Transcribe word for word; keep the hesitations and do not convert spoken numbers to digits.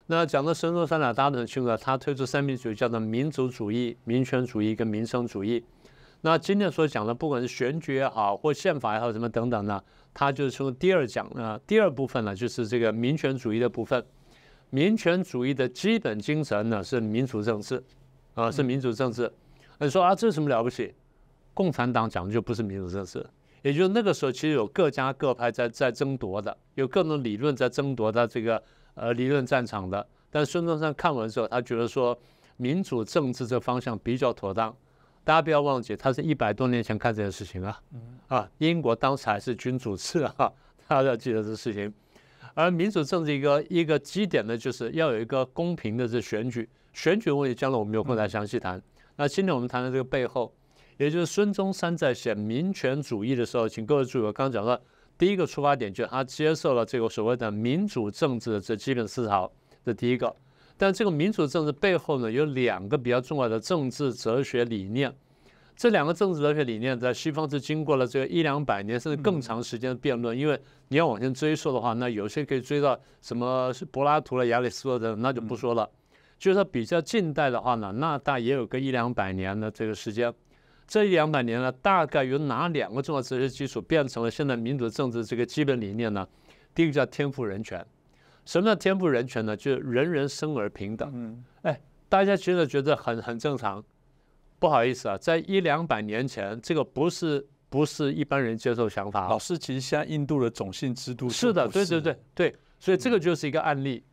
那讲到孙中山呢，大家都很清楚，他推出三民主义，叫做民族主义、民权主义跟民生主义。那今天所讲的，不管是选举也好，或宪法也好，什么等等呢，它就是从第二讲呢，第二部分呢，就是这个民权主义的部分。民权主义的基本精神呢是民主政治，啊，是民主政治。你说啊，这有什么了不起？共产党讲的就不是民主政治，也就是那个时候其实有各家各派在在争夺的，有各种理论在争夺的这个呃理论战场的。但孙中山看完之后，他觉得说民主政治这方向比较妥当。大家不要忘记，他是一百多年前看这件事情啊，啊，英国当时还是君主制啊，大家要记得这事情。而民主政治一个一个基点呢，就是要有一个公平的这选举，选举问题将来我们有空再详细谈。那今天我们谈的这个背后，也就是孙中山在写民权主义的时候，请各位注意，我刚刚讲到第一个出发点就是他接受了这个所谓的民主政治的这基本思潮，这第一个。但这个民主政治背后呢，有两个比较重要的政治哲学理念。这两个政治哲学理念在西方是经过了这个一两百年甚至更长时间的辩论，因为你要往前追溯的话，那有些可以追到什么柏拉图了、亚里士多德，那就不说了。就是说比较近代的话呢，那大也有个一两百年的这个时间。这一两百年呢，大概有哪两个重要哲学基础变成了现在民主政治这个基本理念呢？第一个叫天赋人权。什么叫天赋人权呢？就是人人生而平等。嗯，哎，大家觉得觉得很很正常。不好意思啊，在一两百年前，这个不是不是一般人接受想法。 老师，其实现在印度的种姓制度是的，对对对对，所以这个就是一个案例。